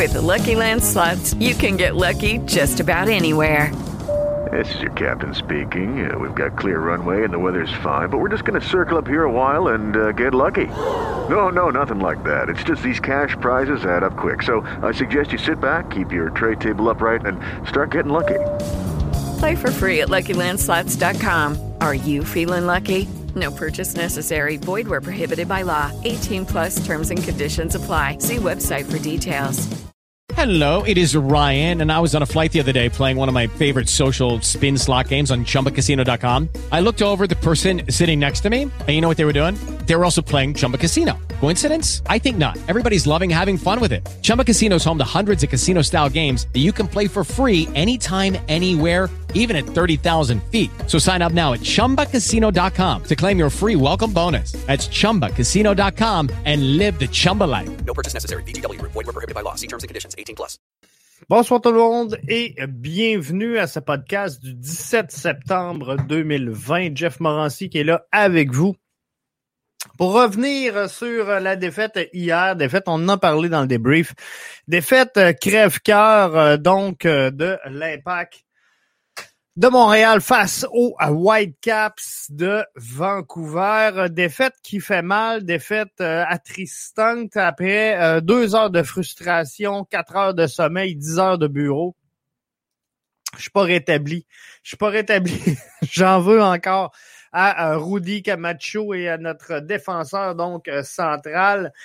With the Lucky Land Slots, you can get lucky just about anywhere. This is your captain speaking. We've got clear runway and the weather's fine, but we're just going to circle up here a while and get lucky. No, nothing like that. It's just these cash prizes add up quick. So I suggest you sit back, keep your tray table upright, and start getting lucky. Play for free at LuckyLandSlots.com. Are you feeling lucky? No purchase necessary. Void where prohibited by law. 18 plus terms and conditions apply. See website for details. Hello, it is Ryan, and I was on a flight the other day playing one of my favorite social spin slot games on ChumbaCasino.com. I looked over at the person sitting next to me, and you know what they were doing? They were also playing Chumba Casino. Coincidence? I think not. Everybody's loving having fun with it. Chumba Casino is home to hundreds of casino-style games that you can play for free anytime, anywhere, even at 30,000 feet. So sign up now at ChumbaCasino.com to claim your free welcome bonus. That's ChumbaCasino.com and live the Chumba life. No purchase necessary. VGW. Void where prohibited by law. See terms and conditions. 18 plus. Bonsoir tout le monde et bienvenue à ce podcast du 17 septembre 2020. Jeff Morancy qui est là avec vous. Pour revenir sur la défaite hier, défaite, on en a parlé dans le débrief, défaite crève-cœur de l'Impact de Montréal face aux Whitecaps de Vancouver. Défaite qui fait mal, défaite attristante après 2 heures de frustration, 4 heures de sommeil, 10 heures de bureau. Je suis pas rétabli. J'en veux encore à Rudy Camacho et à notre défenseur central.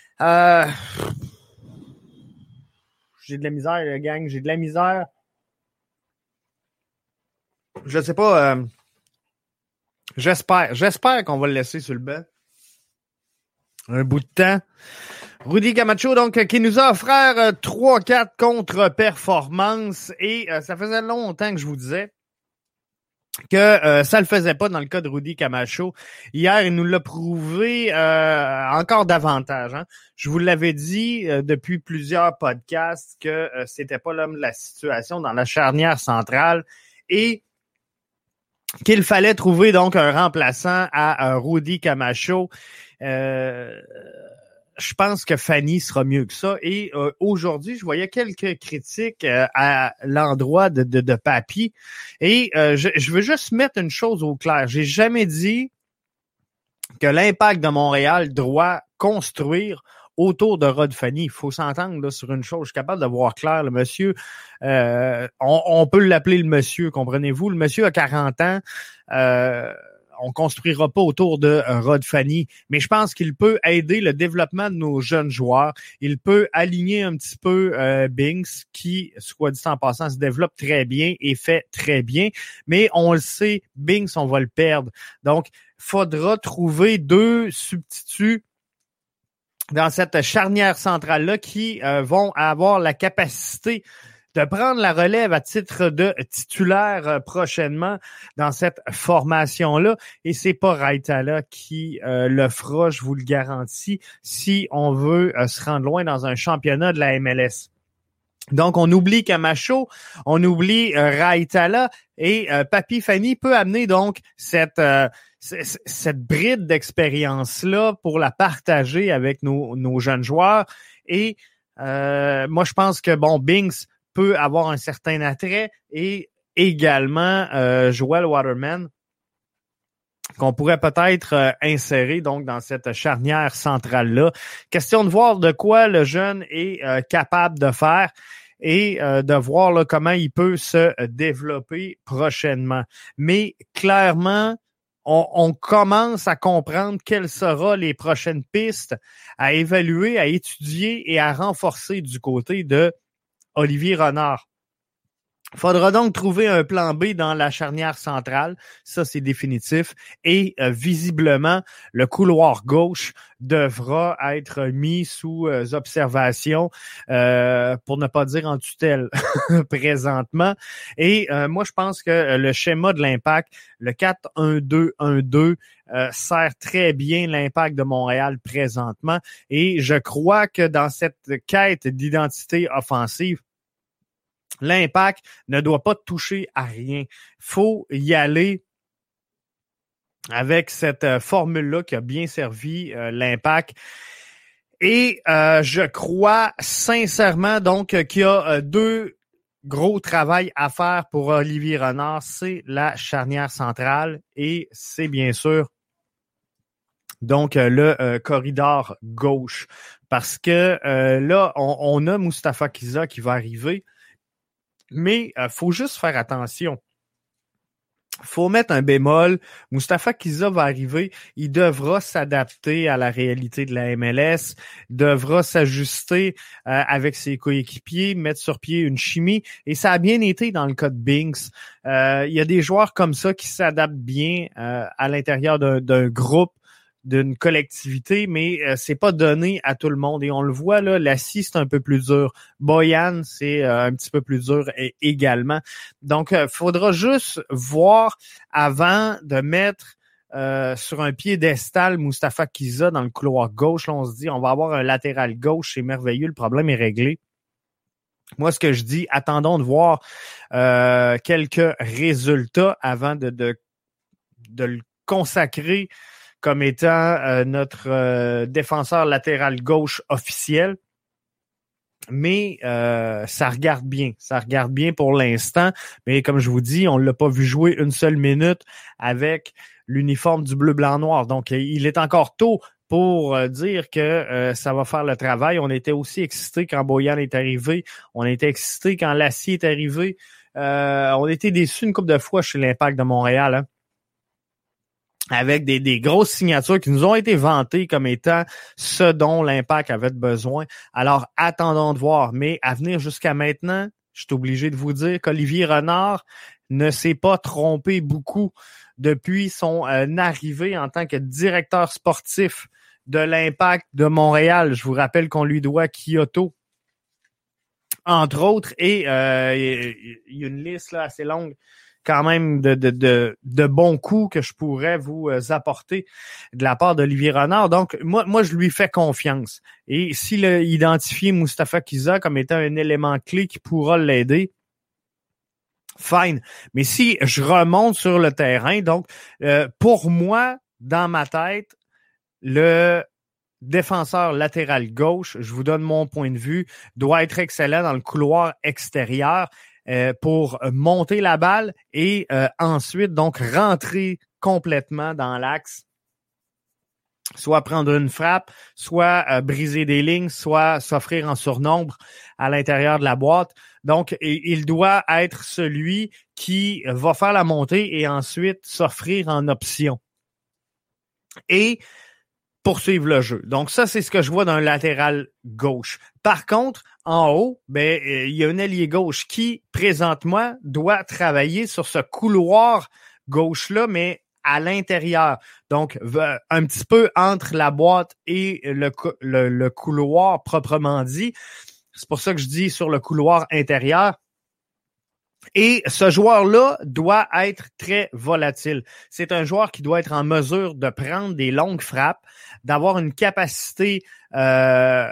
J'ai de la misère, gang. J'ai de la misère. Je sais pas. J'espère qu'on va le laisser sur le banc un bout de temps. Rudy Camacho, qui nous a offert 3-4 contre-performances et ça faisait longtemps que je vous disais que ça le faisait pas dans le cas de Rudy Camacho. Hier, il nous l'a prouvé encore davantage. Hein. Je vous l'avais dit depuis plusieurs podcasts que c'était pas l'homme de la situation dans la charnière centrale et qu'il fallait trouver donc un remplaçant à Rudy Camacho. Je pense que Fanny sera mieux que ça. Et aujourd'hui, je voyais quelques critiques à l'endroit de Papi. Et je veux juste mettre une chose au clair. J'ai jamais dit que l'Impact de Montréal doit construire autour de Rod Fanny. Il faut s'entendre là, sur une chose. Je suis capable de voir clair. Le monsieur, on peut l'appeler le monsieur, comprenez-vous? Le monsieur a 40 ans. On construira pas autour de Rod Fanny, mais je pense qu'il peut aider le développement de nos jeunes joueurs. Il peut aligner un petit peu Binks, qui, soit dit en passant, se développe très bien et fait très bien. Mais on le sait, Binks, on va le perdre. Donc, faudra trouver 2 substituts dans cette charnière centrale-là qui vont avoir la capacité de prendre la relève à titre de titulaire prochainement dans cette formation-là. Et c'est pas Raitala qui le fera, je vous le garantis, si on veut se rendre loin dans un championnat de la MLS. Donc, on oublie Camacho, on oublie Raitala et Papi Fanny peut amener donc cette bride d'expérience-là pour la partager avec nos jeunes joueurs. Et moi, je pense que, Binks peut avoir un certain attrait et également Joel Waterman qu'on pourrait peut-être insérer donc dans cette charnière centrale-là. Question de voir de quoi le jeune est capable de faire et de voir là, comment il peut se développer prochainement. Mais clairement, on commence à comprendre quelles seront les prochaines pistes à évaluer, à étudier et à renforcer du côté de Olivier Renard. Faudra donc trouver un plan B dans la charnière centrale, ça c'est définitif, et visiblement le couloir gauche devra être mis sous observation, pour ne pas dire en tutelle présentement. Et moi je pense que le schéma de l'Impact, le 4-1-2-1-2, sert très bien l'Impact de Montréal présentement, et je crois que dans cette quête d'identité offensive, l'Impact ne doit pas toucher à rien. Faut y aller avec cette formule-là qui a bien servi l'Impact. Et je crois sincèrement donc qu'il y a deux gros travail à faire pour Olivier Renard. C'est la charnière centrale et c'est bien sûr donc le corridor gauche. Parce que là, on a Mustapha Kizza qui va arriver, mais faut juste faire attention. Faut mettre un bémol. Mustapha Kizza va arriver. Il devra s'adapter à la réalité de la MLS, devra s'ajuster avec ses coéquipiers, mettre sur pied une chimie. Et ça a bien été dans le cas de Binks. Il y a des joueurs comme ça qui s'adaptent bien à l'intérieur d'un groupe, d'une collectivité, mais c'est pas donné à tout le monde. Et on le voit, là, Lassie, c'est un peu plus dur. Boyan, c'est un petit peu plus dur également. Donc, faudra juste voir avant de mettre sur un piédestal Mustapha Kizza dans le couloir gauche. Là, on se dit, on va avoir un latéral gauche, c'est merveilleux, le problème est réglé. Moi, ce que je dis, attendons de voir quelques résultats avant de le consacrer comme étant notre défenseur latéral gauche officiel. Mais ça regarde bien. Ça regarde bien pour l'instant. Mais comme je vous dis, on ne l'a pas vu jouer une seule minute avec l'uniforme du bleu, blanc, noir. Donc, il est encore tôt pour dire que ça va faire le travail. On était aussi excités quand Boyan est arrivé. On était excités quand Lassie est arrivé. On était déçus une couple de fois chez l'Impact de Montréal, hein, avec des grosses signatures qui nous ont été vantées comme étant ce dont l'Impact avait besoin. Alors, attendons de voir. Mais à venir jusqu'à maintenant, je suis obligé de vous dire qu'Olivier Renard ne s'est pas trompé beaucoup depuis son arrivée en tant que directeur sportif de l'Impact de Montréal. Je vous rappelle qu'on lui doit Kyoto, entre autres, et il y a une liste là assez longue quand même de bons coups que je pourrais vous apporter de la part d'Olivier Renard. Donc, moi, je lui fais confiance. Et s'il a identifié Mustapha Kizza comme étant un élément clé qui pourra l'aider, fine. Mais si je remonte sur le terrain, donc, pour moi, dans ma tête, le défenseur latéral gauche, je vous donne mon point de vue, doit être excellent dans le couloir extérieur pour monter la balle et ensuite donc rentrer complètement dans l'axe, soit prendre une frappe, soit briser des lignes, soit s'offrir en surnombre à l'intérieur de la boîte. Donc, il doit être celui qui va faire la montée et ensuite s'offrir en option et poursuivre le jeu. Donc, ça, c'est ce que je vois d'un latéral gauche. Par contre, en haut, il y a un ailier gauche qui, présentement, doit travailler sur ce couloir gauche-là, mais à l'intérieur. Donc, un petit peu entre la boîte et le couloir proprement dit. C'est pour ça que je dis sur le couloir intérieur. Et ce joueur-là doit être très volatile. C'est un joueur qui doit être en mesure de prendre des longues frappes, d'avoir une capacité à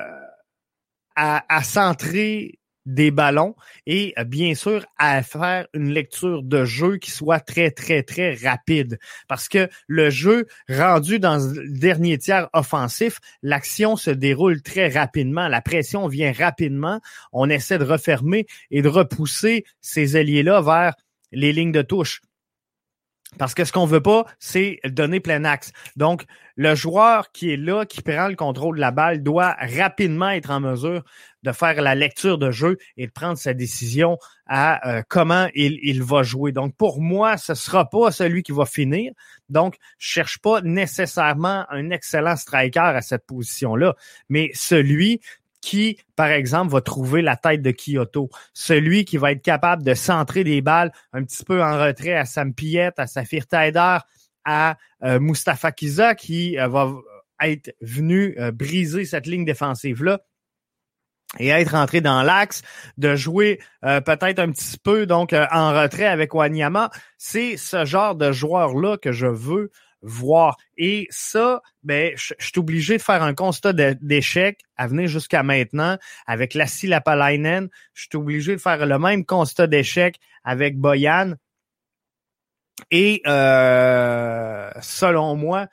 centrer des ballons et bien sûr à faire une lecture de jeu qui soit très, très, très rapide. Parce que le jeu rendu dans le dernier tiers offensif, l'action se déroule très rapidement. La pression vient rapidement. On essaie de refermer et de repousser ces ailiers-là vers les lignes de touche. Parce que ce qu'on veut pas, c'est donner plein axe. Donc, le joueur qui est là, qui prend le contrôle de la balle, doit rapidement être en mesure de faire la lecture de jeu et de prendre sa décision à comment il va jouer. Donc, pour moi, ce sera pas celui qui va finir. Donc, je cherche pas nécessairement un excellent striker à cette position-là, mais celui qui, par exemple, va trouver la tête de Kyoto. Celui qui va être capable de centrer des balles un petit peu en retrait à Sam Piette, à Safir Taider, à Mustapha Kizza, qui va être venu briser cette ligne défensive-là et être entré dans l'axe, de jouer peut-être un petit peu donc en retrait avec Wanyama. C'est ce genre de joueur-là que je veux voir. Et ça, je suis obligé de faire un constat d'échec à venir jusqu'à maintenant avec Lassi Lapalainen. Je suis obligé de faire le même constat d'échec avec Boyan. Et selon moi,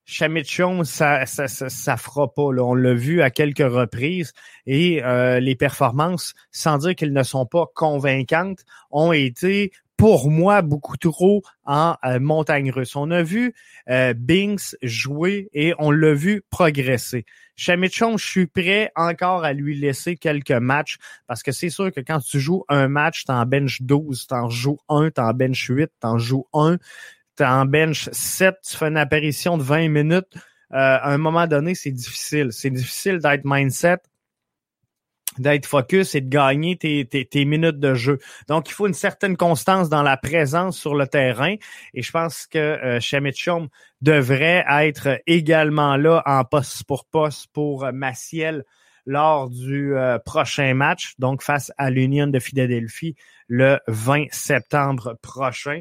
Chamichon, ça fera pas. Là. On l'a vu à quelques reprises et les performances, sans dire qu'elles ne sont pas convaincantes, ont été, pour moi, beaucoup trop en montagne russe. On a vu Binks jouer et on l'a vu progresser. Chamichon, je suis prêt encore à lui laisser quelques matchs parce que c'est sûr que quand tu joues un match, t'en bench 12, t'en joues un, t'en bench 8, t'en joues un, t'en bench 7, tu fais une apparition de 20 minutes. À un moment donné, c'est difficile. C'est difficile d'être mindset, d'être focus et de gagner tes minutes de jeu. Donc, il faut une certaine constance dans la présence sur le terrain. Et je pense que Chamichon devrait être également là en poste pour Maciel lors du prochain match, donc face à l'Union de Philadelphie le 20 septembre prochain.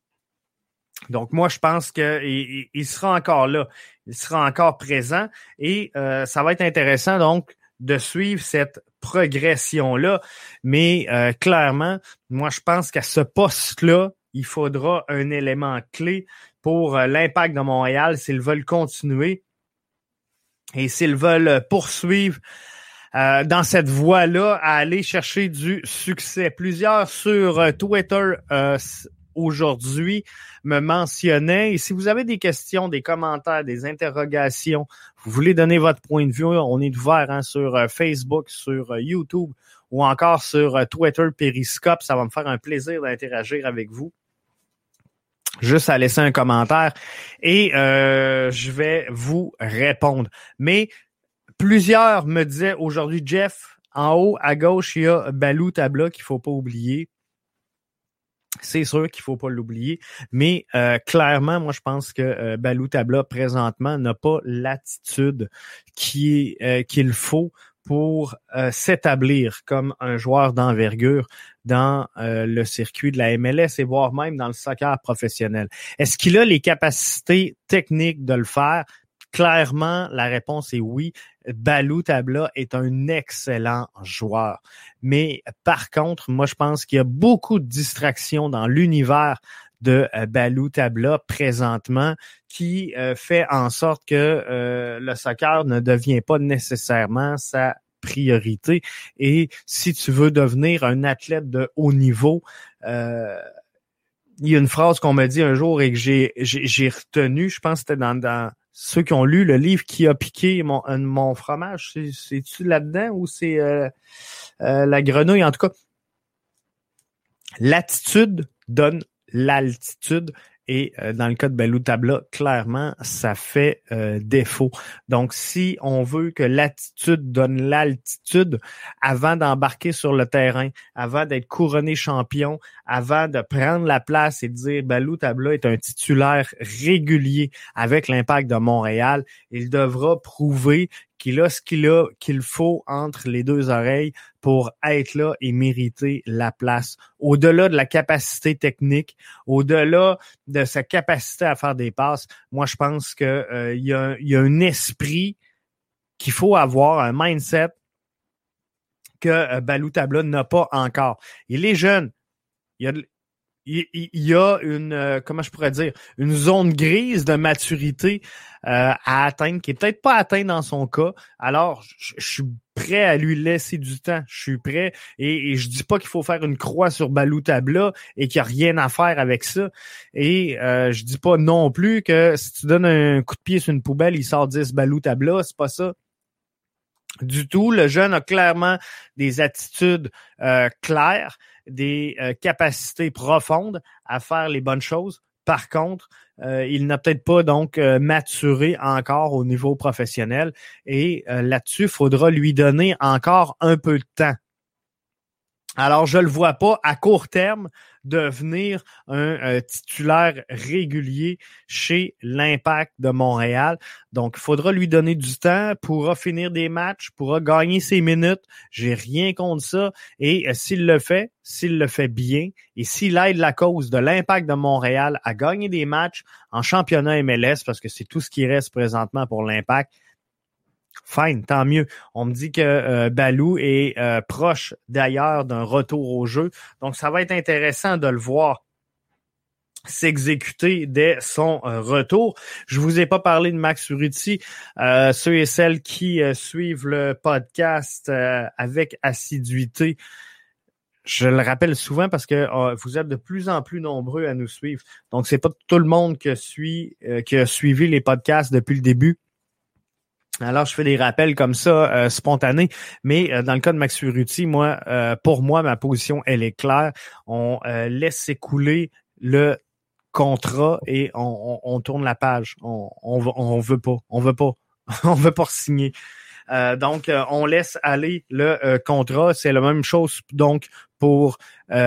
Donc, moi, je pense qu'il sera encore là. Il sera encore présent et ça va être intéressant, donc, de suivre cette progression-là. Mais clairement, moi, je pense qu'à ce poste-là, il faudra un élément clé pour l'Impact de Montréal s'ils veulent continuer et s'ils veulent poursuivre dans cette voie-là à aller chercher du succès. Plusieurs sur Twitter aujourd'hui me mentionnaient. Et si vous avez des questions, des commentaires, des interrogations, vous voulez donner votre point de vue, on est ouvert sur Facebook, sur YouTube ou encore sur Twitter, Periscope. Ça va me faire un plaisir d'interagir avec vous. Juste à laisser un commentaire et je vais vous répondre. Mais plusieurs me disaient aujourd'hui, Jeff, en haut à gauche, il y a Balou Tabla qu'il faut pas oublier. C'est sûr qu'il faut pas l'oublier, mais clairement, moi je pense que Balou Tabla présentement n'a pas l'attitude qu'il faut pour s'établir comme un joueur d'envergure dans le circuit de la MLS et voire même dans le soccer professionnel. Est-ce qu'il a les capacités techniques de le faire? Clairement, la réponse est oui. Balou Tabla est un excellent joueur. Mais par contre, moi, je pense qu'il y a beaucoup de distractions dans l'univers de Balou Tabla présentement qui fait en sorte que le soccer ne devient pas nécessairement sa priorité. Et si tu veux devenir un athlète de haut niveau, il y a une phrase qu'on m'a dit un jour et que j'ai retenue, je pense que c'était dans ceux qui ont lu le livre Qui a piqué mon fromage, c'est-tu là-dedans ou c'est la grenouille? En tout cas, l'attitude donne l'altitude et dans le cas de Balou Tabla, clairement, ça fait défaut. Donc, si on veut que l'attitude donne l'altitude avant d'embarquer sur le terrain, avant d'être couronné champion, avant de prendre la place et de dire Balou Tabla est un titulaire régulier avec l'Impact de Montréal, il devra prouver qu'il a ce qu'il faut entre les deux oreilles pour être là et mériter la place. Au-delà de la capacité technique, au-delà de sa capacité à faire des passes, moi je pense que il y a un esprit qu'il faut avoir, un mindset que Balou Tabla n'a pas encore. Il est jeune. Il y a une, comment je pourrais dire, une zone grise de maturité à atteindre, qui est peut-être pas atteinte dans son cas. Alors, je suis prêt à lui laisser du temps. Je suis prêt et je dis pas qu'il faut faire une croix sur Balou Tabla et qu'il n'y a rien à faire avec ça. Et je dis pas non plus que si tu donnes un coup de pied sur une poubelle, il sort 10 Balou Tabla. C'est pas ça du tout. Le jeune a clairement des attitudes claires, des capacités profondes à faire les bonnes choses. Par contre, il n'a peut-être pas donc maturé encore au niveau professionnel et là-dessus, il faudra lui donner encore un peu de temps. Alors, je le vois pas à court terme devenir un titulaire régulier chez l'Impact de Montréal. Donc, il faudra lui donner du temps, pourra finir des matchs, pourra gagner ses minutes. J'ai rien contre ça. Et s'il le fait bien, et s'il aide la cause de l'Impact de Montréal à gagner des matchs en championnat MLS, parce que c'est tout ce qui reste présentement pour l'Impact, fine, tant mieux. On me dit que Balou est proche d'ailleurs d'un retour au jeu. Donc, ça va être intéressant de le voir s'exécuter dès son retour. Je vous ai pas parlé de Max Urruti. Ceux et celles qui suivent le podcast avec assiduité, je le rappelle souvent parce que vous êtes de plus en plus nombreux à nous suivre. Donc, c'est pas tout le monde qui a suivi les podcasts depuis le début. Alors, je fais des rappels comme ça, spontanés. Mais dans le cas de Max Urruti, pour moi, ma position, elle est claire. On laisse s'écouler le contrat et on tourne la page. On veut pas. On veut pas signer. Donc, on laisse aller le contrat. C'est la même chose donc pour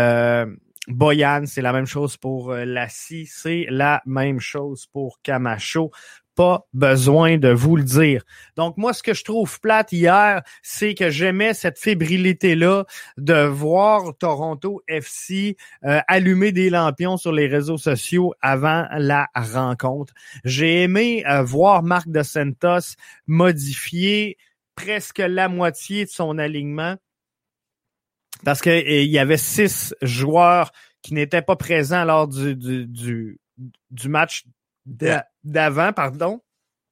Boyan, c'est la même chose pour Lassie, c'est la même chose pour Camacho. Pas besoin de vous le dire. Donc, moi, ce que je trouve plate hier, c'est que j'aimais cette fébrilité-là de voir Toronto FC allumer des lampions sur les réseaux sociaux avant la rencontre. J'ai aimé voir Marc Dos Santos modifier presque la moitié de son alignement parce que il y avait 6 joueurs qui n'étaient pas présents lors du match d'avant, pardon.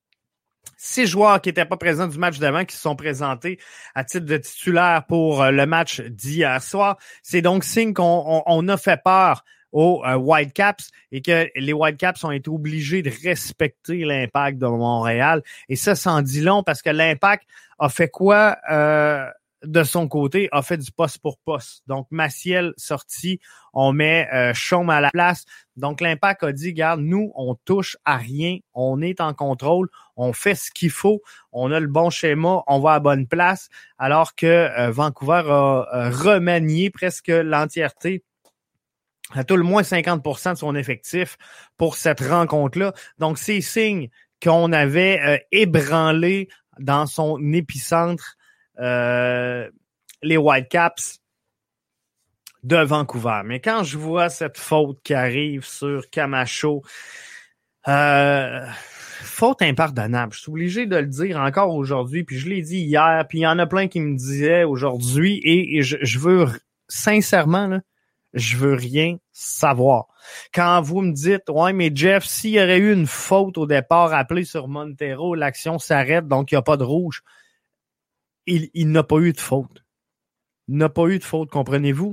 6 joueurs qui n'étaient pas présents du match d'avant qui se sont présentés à titre de titulaire pour le match d'hier soir. C'est donc signe qu'on a fait peur aux Whitecaps et que les Whitecaps ont été obligés de respecter l'Impact de Montréal. Et ça en dit long parce que l'Impact a fait quoi de son côté? A fait du poste pour poste. Donc, Maciel sorti, on met Chaume à la place. Donc, l'Impact a dit, regarde, nous, on touche à rien, on est en contrôle, on fait ce qu'il faut, on a le bon schéma, on va à bonne place, alors que Vancouver a remanié presque l'entièreté, à tout le moins 50% de son effectif pour cette rencontre-là. Donc, c'est signe qu'on avait ébranlé dans son épicentre les Whitecaps de Vancouver. Mais quand je vois cette faute qui arrive sur Camacho, faute impardonnable. Je suis obligé de le dire encore aujourd'hui, puis je l'ai dit hier, puis il y en a plein qui me disaient aujourd'hui, et je veux sincèrement, là, je veux rien savoir. Quand vous me dites, ouais, mais Jeff, s'il y aurait eu une faute au départ appelée sur Montero, l'action s'arrête, donc il n'y a pas de rouge. Il n'a pas eu de faute. Il n'a pas eu de faute, comprenez-vous?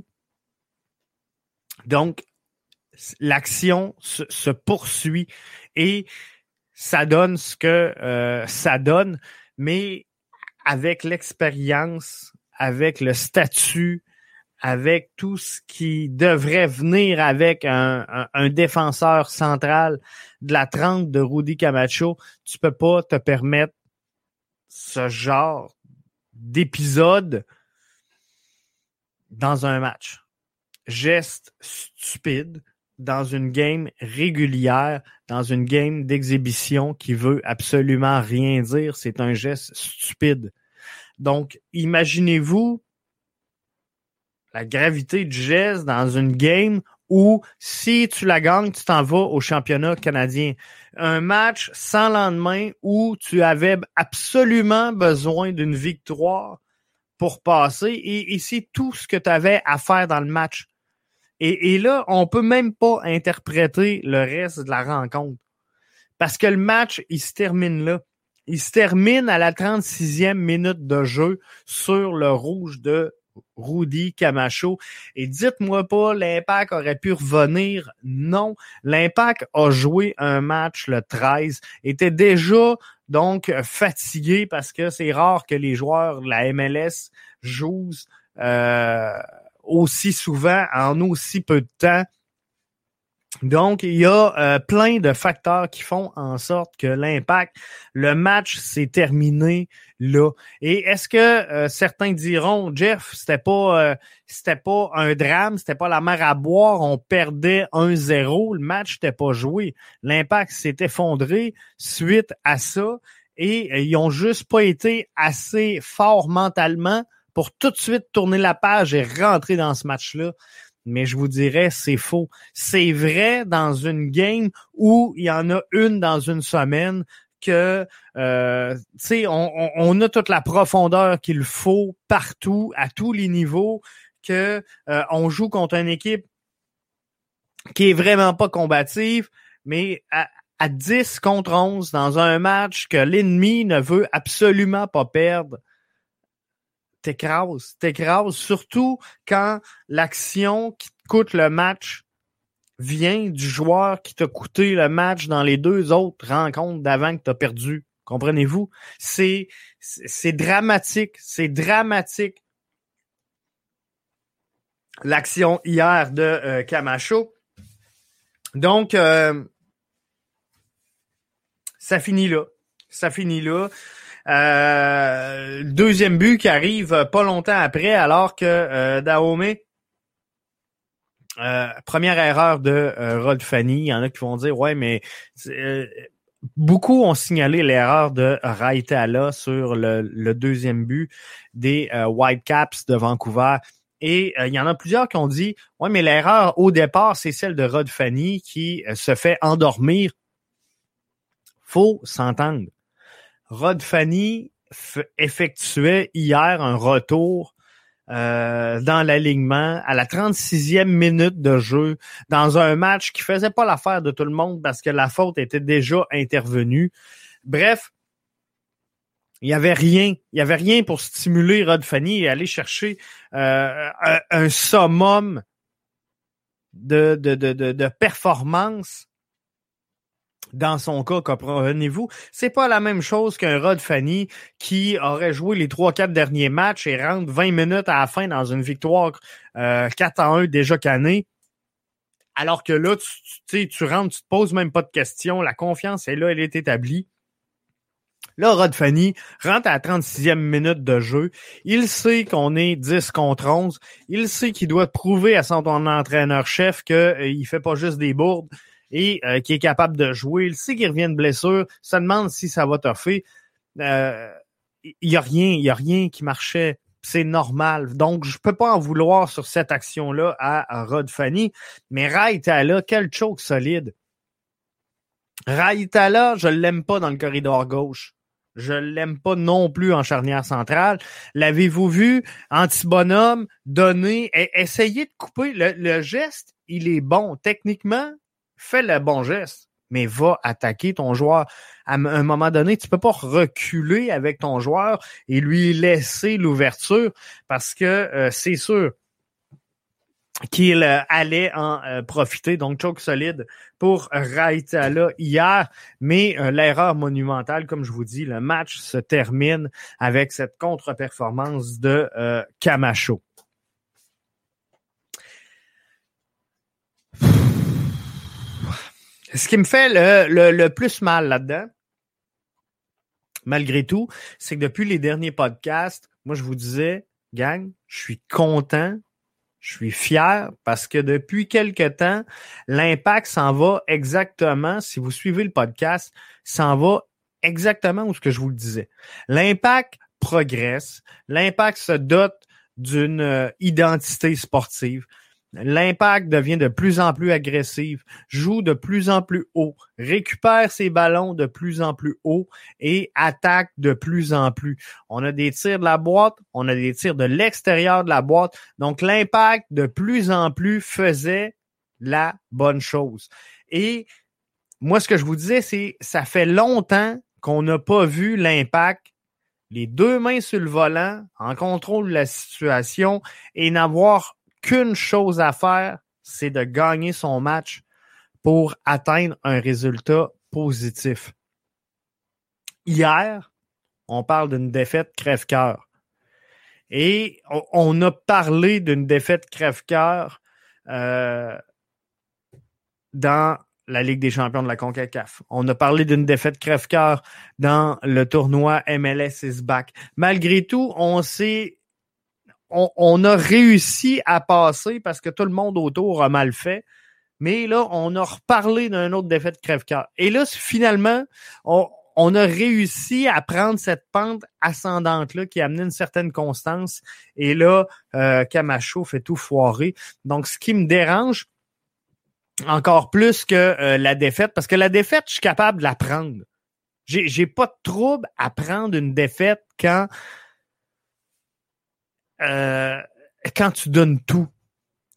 Donc, l'action se poursuit et ça donne ce que ça donne, mais avec l'expérience, avec le statut, avec tout ce qui devrait venir avec un défenseur central de la trempe de Rudy Camacho, tu peux pas te permettre ce genre d'épisode dans un match. Geste stupide dans une game régulière, dans une game d'exhibition qui veut absolument rien dire. C'est un geste stupide. Donc, imaginez-vous la gravité du geste dans une game où, si tu la gagnes, tu t'en vas au championnat canadien. Un match sans lendemain où tu avais absolument besoin d'une victoire pour passer et c'est tout ce que tu avais à faire dans le match. Et là, on peut même pas interpréter le reste de la rencontre. Parce que le match, il se termine là. Il se termine à la 36e minute de jeu sur le rouge de Rudy Camacho. Et dites-moi pas, l'Impact aurait pu revenir. Non, l'Impact a joué un match le 13, était déjà donc fatigué parce que c'est rare que les joueurs de la MLS jouent aussi souvent en aussi peu de temps. Donc, il y a plein de facteurs qui font en sorte que l'Impact, le match s'est terminé là. Et est-ce que certains diront, Jeff, c'était pas un drame, c'était pas la mer à boire, on perdait 1-0, le match n'était pas joué. L'Impact s'est effondré suite à ça et ils ont juste pas été assez forts mentalement pour tout de suite tourner la page et rentrer dans ce match-là. Mais je vous dirais, c'est faux. C'est vrai dans une game où il y en a une dans une semaine que, tu sais, on a toute la profondeur qu'il faut partout, à tous les niveaux, que on joue contre une équipe qui est vraiment pas combative, mais à 10 contre 11 dans un match que l'ennemi ne veut absolument pas perdre, t'écrases, surtout quand l'action qui te coûte le match vient du joueur qui t'a coûté le match dans les 2 autres rencontres d'avant que t'as perdu. Comprenez-vous? C'est dramatique, l'action hier de Camacho. Donc, ça finit là. Deuxième but qui arrive pas longtemps après, alors que Dahomey, première erreur de Rod Fanny. Il y en a qui vont dire, ouais, mais beaucoup ont signalé l'erreur de Raitala sur le deuxième but des Whitecaps de Vancouver. Et il y en a plusieurs qui ont dit, ouais, mais l'erreur au départ, c'est celle de Rod Fanny qui se fait endormir. Faut s'entendre. Rod Fanny effectuait hier un retour dans l'alignement à la 36e minute de jeu dans un match qui faisait pas l'affaire de tout le monde parce que la faute était déjà intervenue. Bref, il y avait rien pour stimuler Rod Fanny et aller chercher un summum de performance. Dans son cas, comprenez-vous, c'est pas la même chose qu'un Rod Fanny qui aurait joué les 3-4 derniers matchs et rentre 20 minutes à la fin dans une victoire 4-1 déjà cannée. Alors que là, tu rentres, tu te poses même pas de questions, la confiance est là, elle est établie. Là, Rod Fanny rentre à la 36e minute de jeu. Il sait qu'on est 10 contre 11. Il sait qu'il doit prouver à son entraîneur-chef qu'il fait pas juste des bourdes et qui est capable de jouer. Il sait qu'il revient de blessure. Ça demande si ça va toffer. Il y a rien qui marchait. C'est normal. Donc, je peux pas en vouloir sur cette action-là à Rod Fanny. Mais Raitala, quel choke solide. Raitala, je l'aime pas dans le corridor gauche. Je l'aime pas non plus en charnière centrale. L'avez-vous vu? Anti-bonhomme, donner, essayer de couper. Le geste, il est bon. Techniquement, fais le bon geste, mais va attaquer ton joueur. À un moment donné, tu peux pas reculer avec ton joueur et lui laisser l'ouverture parce que c'est sûr qu'il allait en profiter. Donc, choke solide pour Raitala hier. Mais l'erreur monumentale, comme je vous dis, le match se termine avec cette contre-performance de Camacho. Ce qui me fait le plus mal là-dedans, malgré tout, c'est que depuis les derniers podcasts, moi, je vous disais, gang, je suis content, je suis fier parce que depuis quelque temps, l'Impact s'en va exactement, si vous suivez le podcast, s'en va exactement où ce que je vous le disais. L'Impact progresse, l'Impact se dote d'une identité sportive. L'Impact devient de plus en plus agressif, joue de plus en plus haut, récupère ses ballons de plus en plus haut et attaque de plus en plus. On a des tirs de la boîte, on a des tirs de l'extérieur de la boîte. Donc, l'Impact de plus en plus faisait la bonne chose. Et moi, ce que je vous disais, c'est ça fait longtemps qu'on n'a pas vu l'Impact les deux mains sur le volant, en contrôle de la situation et n'avoir qu'une chose à faire, c'est de gagner son match pour atteindre un résultat positif. Hier, on parle d'une défaite crève-cœur. Et on a parlé d'une défaite crève-cœur dans la Ligue des champions de la CONCACAF. On a parlé d'une défaite crève-cœur dans le tournoi MLS is back. Malgré tout, on a réussi à passer parce que tout le monde autour a mal fait. Mais là, on a reparlé d'une autre défaite crève-cœur. Et là, finalement, on a réussi à prendre cette pente ascendante-là qui a amené une certaine constance. Et là, Camacho fait tout foirer. Donc, ce qui me dérange encore plus que la défaite, parce que la défaite, je suis capable de la prendre. J'ai pas de trouble à prendre une défaite quand tu donnes tout.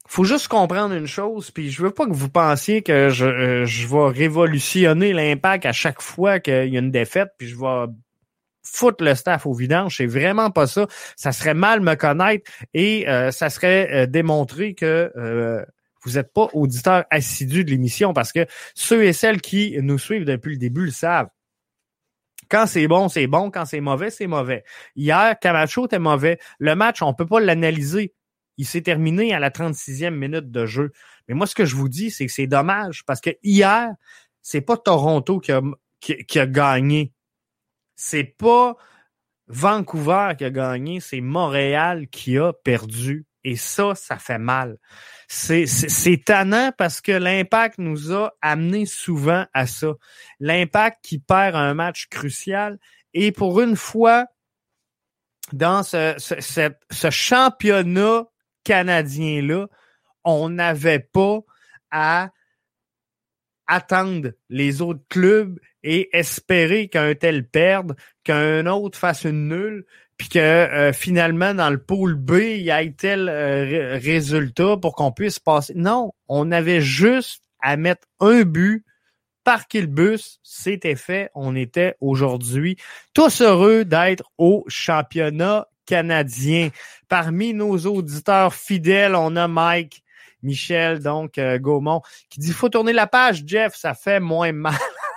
faut juste comprendre une chose, puis je veux pas que vous pensiez que je vais révolutionner l'Impact à chaque fois qu'il y a une défaite, puis je vais foutre le staff au vidange. C'est vraiment pas ça. Ça serait mal me connaître et ça serait démontrer que vous n'êtes pas auditeur assidu de l'émission, parce que ceux et celles qui nous suivent depuis le début le savent. Quand c'est bon, c'est bon. Quand c'est mauvais, c'est mauvais. Hier, Camacho était mauvais. Le match, on peut pas l'analyser. Il s'est terminé à la 36e minute de jeu. Mais moi, ce que je vous dis, c'est que c'est dommage, parce que hier, c'est pas Toronto qui a gagné. C'est pas Vancouver qui a gagné, c'est Montréal qui a perdu. Et ça fait mal. C'est tannant, parce que l'Impact nous a amené souvent à ça. L'Impact qui perd un match crucial, et pour une fois, dans ce championnat canadien-là, on n'avait pas à attendre les autres clubs et espérer qu'un tel perde, qu'un autre fasse une nulle, puis que finalement, dans le pool B, il y ait tel résultat pour qu'on puisse passer. Non, on avait juste à mettre un but, parquer le bus, c'était fait. On était aujourd'hui tous heureux d'être au championnat canadien. Parmi nos auditeurs fidèles, on a Mike, Michel, donc Gaumont, qui dit « Faut tourner la page, Jeff, ça fait moins mal. »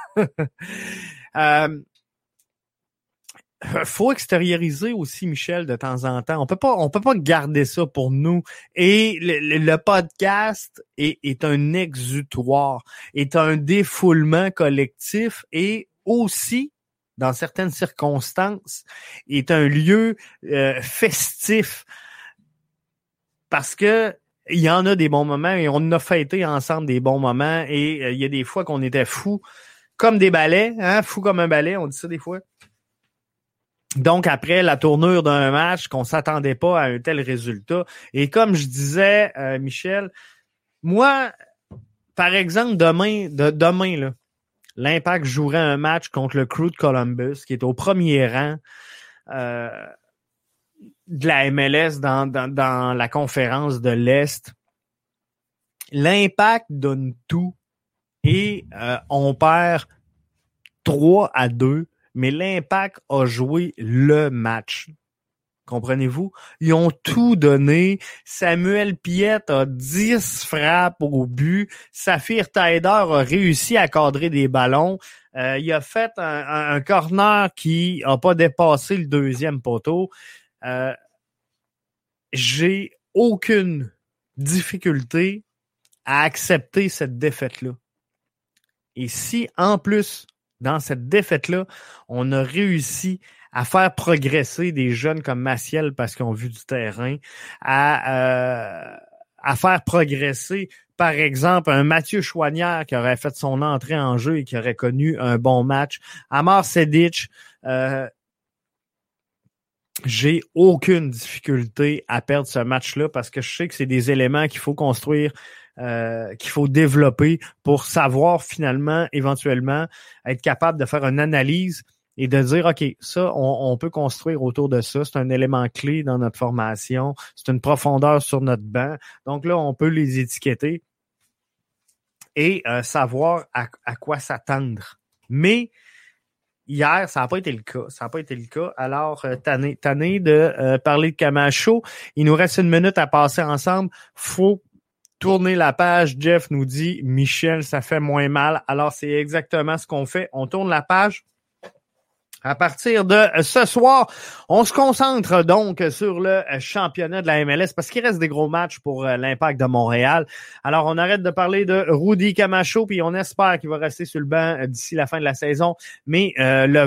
Faut extérioriser aussi, Michel, de temps en temps. On peut pas garder ça pour nous. Et le podcast est un exutoire, est un défoulement collectif, et aussi, dans certaines circonstances, est un lieu festif. Parce que il y en a des bons moments, et on a fêté ensemble des bons moments, et il y a des fois qu'on était fous comme des balais, hein, fous comme un balai, on dit ça des fois. Donc, après la tournure d'un match, qu'on s'attendait pas à un tel résultat. Et comme je disais, Michel, moi, par exemple, demain, là, l'Impact jouerait un match contre le Crew de Columbus, qui est au premier rang de la MLS dans la conférence de l'Est. L'Impact donne tout, et on perd 3-2. Mais l'Impact a joué le match. Comprenez-vous? Ils ont tout donné. Samuel Piette a 10 frappes au but. Saphir Taider a réussi à cadrer des ballons. Il a fait un corner qui a pas dépassé le deuxième poteau. J'ai aucune difficulté à accepter cette défaite-là. Et si, en plus, dans cette défaite-là, on a réussi à faire progresser des jeunes comme Maciel, parce qu'ils ont vu du terrain, à faire progresser, par exemple, un Mathieu Chouanière qui aurait fait son entrée en jeu et qui aurait connu un bon match. Amar Sedic, j'ai aucune difficulté à perdre ce match-là, parce que je sais que c'est des éléments qu'il faut construire, qu'il faut développer pour savoir finalement, éventuellement, être capable de faire une analyse et de dire, OK, ça, on peut construire autour de ça. C'est un élément clé dans notre formation. C'est une profondeur sur notre banc. Donc là, on peut les étiqueter et savoir à quoi s'attendre. Mais hier, ça n'a pas été le cas. Alors, tanné de parler de Camacho. Il nous reste 1 minute à passer ensemble. Faut tourner la page. Jeff nous dit, Michel, ça fait moins mal. Alors, c'est exactement ce qu'on fait. On tourne la page. À partir de ce soir, on se concentre donc sur le championnat de la MLS, parce qu'il reste des gros matchs pour l'Impact de Montréal. Alors, on arrête de parler de Rudy Camacho, puis on espère qu'il va rester sur le banc d'ici la fin de la saison. Mais le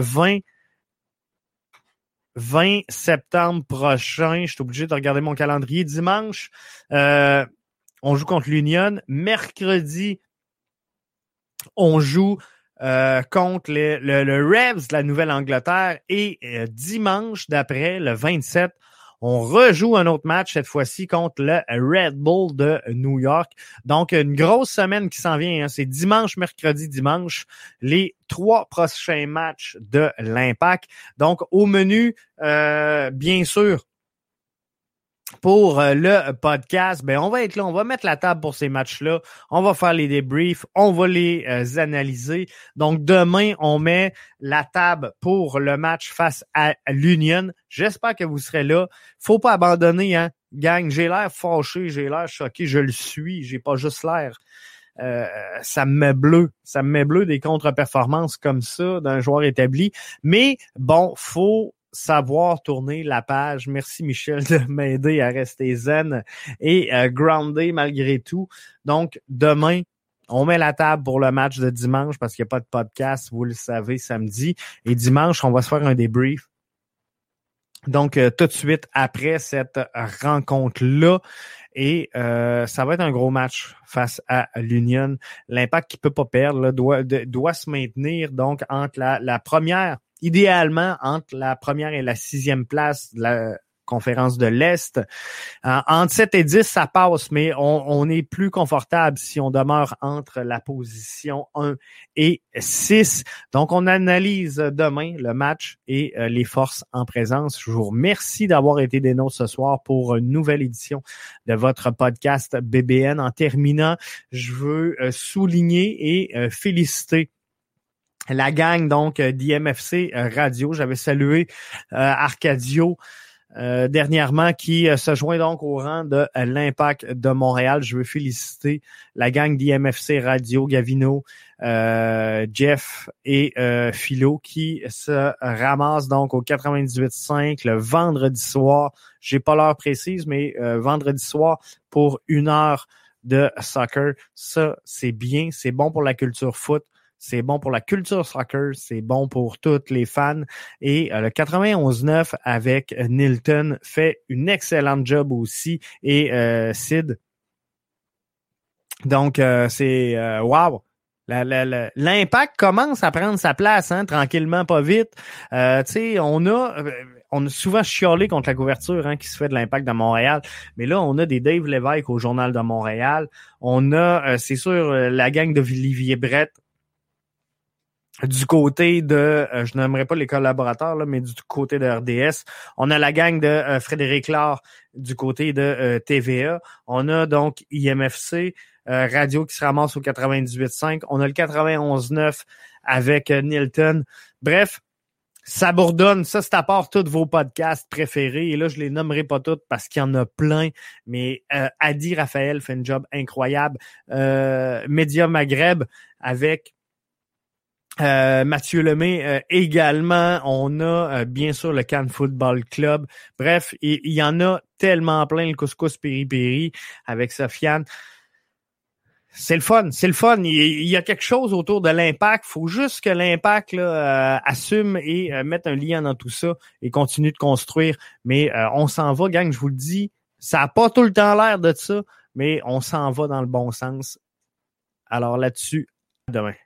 20 septembre prochain, je suis obligé de regarder mon calendrier, dimanche, on joue contre l'Union. Mercredi, on joue contre le Revs de la Nouvelle-Angleterre. Et dimanche d'après, le 27, on rejoue un autre match, cette fois-ci contre le Red Bull de New York. Donc, une grosse semaine qui s'en vient. Hein. C'est dimanche, mercredi, dimanche, les 3 prochains matchs de l'Impact. Donc, au menu, bien sûr, pour le podcast, ben on va être là, on va mettre la table pour ces matchs-là, on va faire les débriefs, on va les analyser. Donc demain, on met la table pour le match face à l'Union. J'espère que vous serez là. Faut pas abandonner, hein, gang. J'ai l'air fâché, j'ai l'air choqué, je le suis, j'ai pas juste l'air. Ça me met bleu des contre-performances comme ça d'un joueur établi. Mais bon, faut savoir tourner la page. Merci Michel de m'aider à rester zen et groundé malgré tout. Donc, demain, on met la table pour le match de dimanche parce qu'il n'y a pas de podcast, vous le savez, samedi. Et dimanche, on va se faire un débrief. Donc, tout de suite après cette rencontre-là. Et ça va être un gros match face à l'Union. L'Impact qui peut pas perdre là, doit se maintenir donc entre la première, idéalement entre la première et la 6e place de la conférence de l'Est. Entre 7 et 10, ça passe, mais on est plus confortable si on demeure entre la position 1 et 6. Donc, on analyse demain le match et les forces en présence. Je vous remercie d'avoir été des nôtres ce soir pour une nouvelle édition de votre podcast BBN. En terminant, je veux souligner et féliciter la gang donc d'IMFC Radio. J'avais salué Arcadio dernièrement qui se joint donc au rang de l'Impact de Montréal. Je veux féliciter la gang d'IMFC Radio, Gavino, Jeff et Philo qui se ramassent donc au 98.5 le vendredi soir. J'ai pas l'heure précise, mais vendredi soir pour 1 heure de soccer. Ça, c'est bien, c'est bon pour la culture foot. C'est bon pour la culture soccer, c'est bon pour tous les fans. Et le 91.9 avec Nilton fait une excellente job aussi. Et Sid. Donc, c'est wow! L'Impact commence à prendre sa place, hein, tranquillement, pas vite. Tu sais, on a souvent chiolé contre la couverture qui se fait de l'Impact de Montréal. Mais là, on a des Dave Lévesque au Journal de Montréal. On a, c'est sûr, la gang de Olivier Brett. Du côté de, je n'aimerais pas les collaborateurs, là, mais du côté de RDS, on a la gang de Frédéric Laure du côté de TVA. On a donc IMFC Radio qui se ramasse au 98.5. On a le 91.9 avec Nilton. Bref, ça bourdonne. Ça, c'est à part tous vos podcasts préférés. Et là, je les nommerai pas toutes parce qu'il y en a plein. Mais Adi Raphaël fait une job incroyable. Média Maghreb avec Mathieu Lemay également. On a bien sûr le Cannes Football Club. Bref, il y en a tellement plein, le couscous piri-piri avec Sofiane. C'est le fun. Il y a quelque chose autour de l'Impact. Faut juste que l'Impact là, assume et mette un lien dans tout ça et continue de construire. Mais on s'en va, gang, je vous le dis. Ça n'a pas tout le temps l'air de ça, mais on s'en va dans le bon sens. Alors là-dessus, à demain.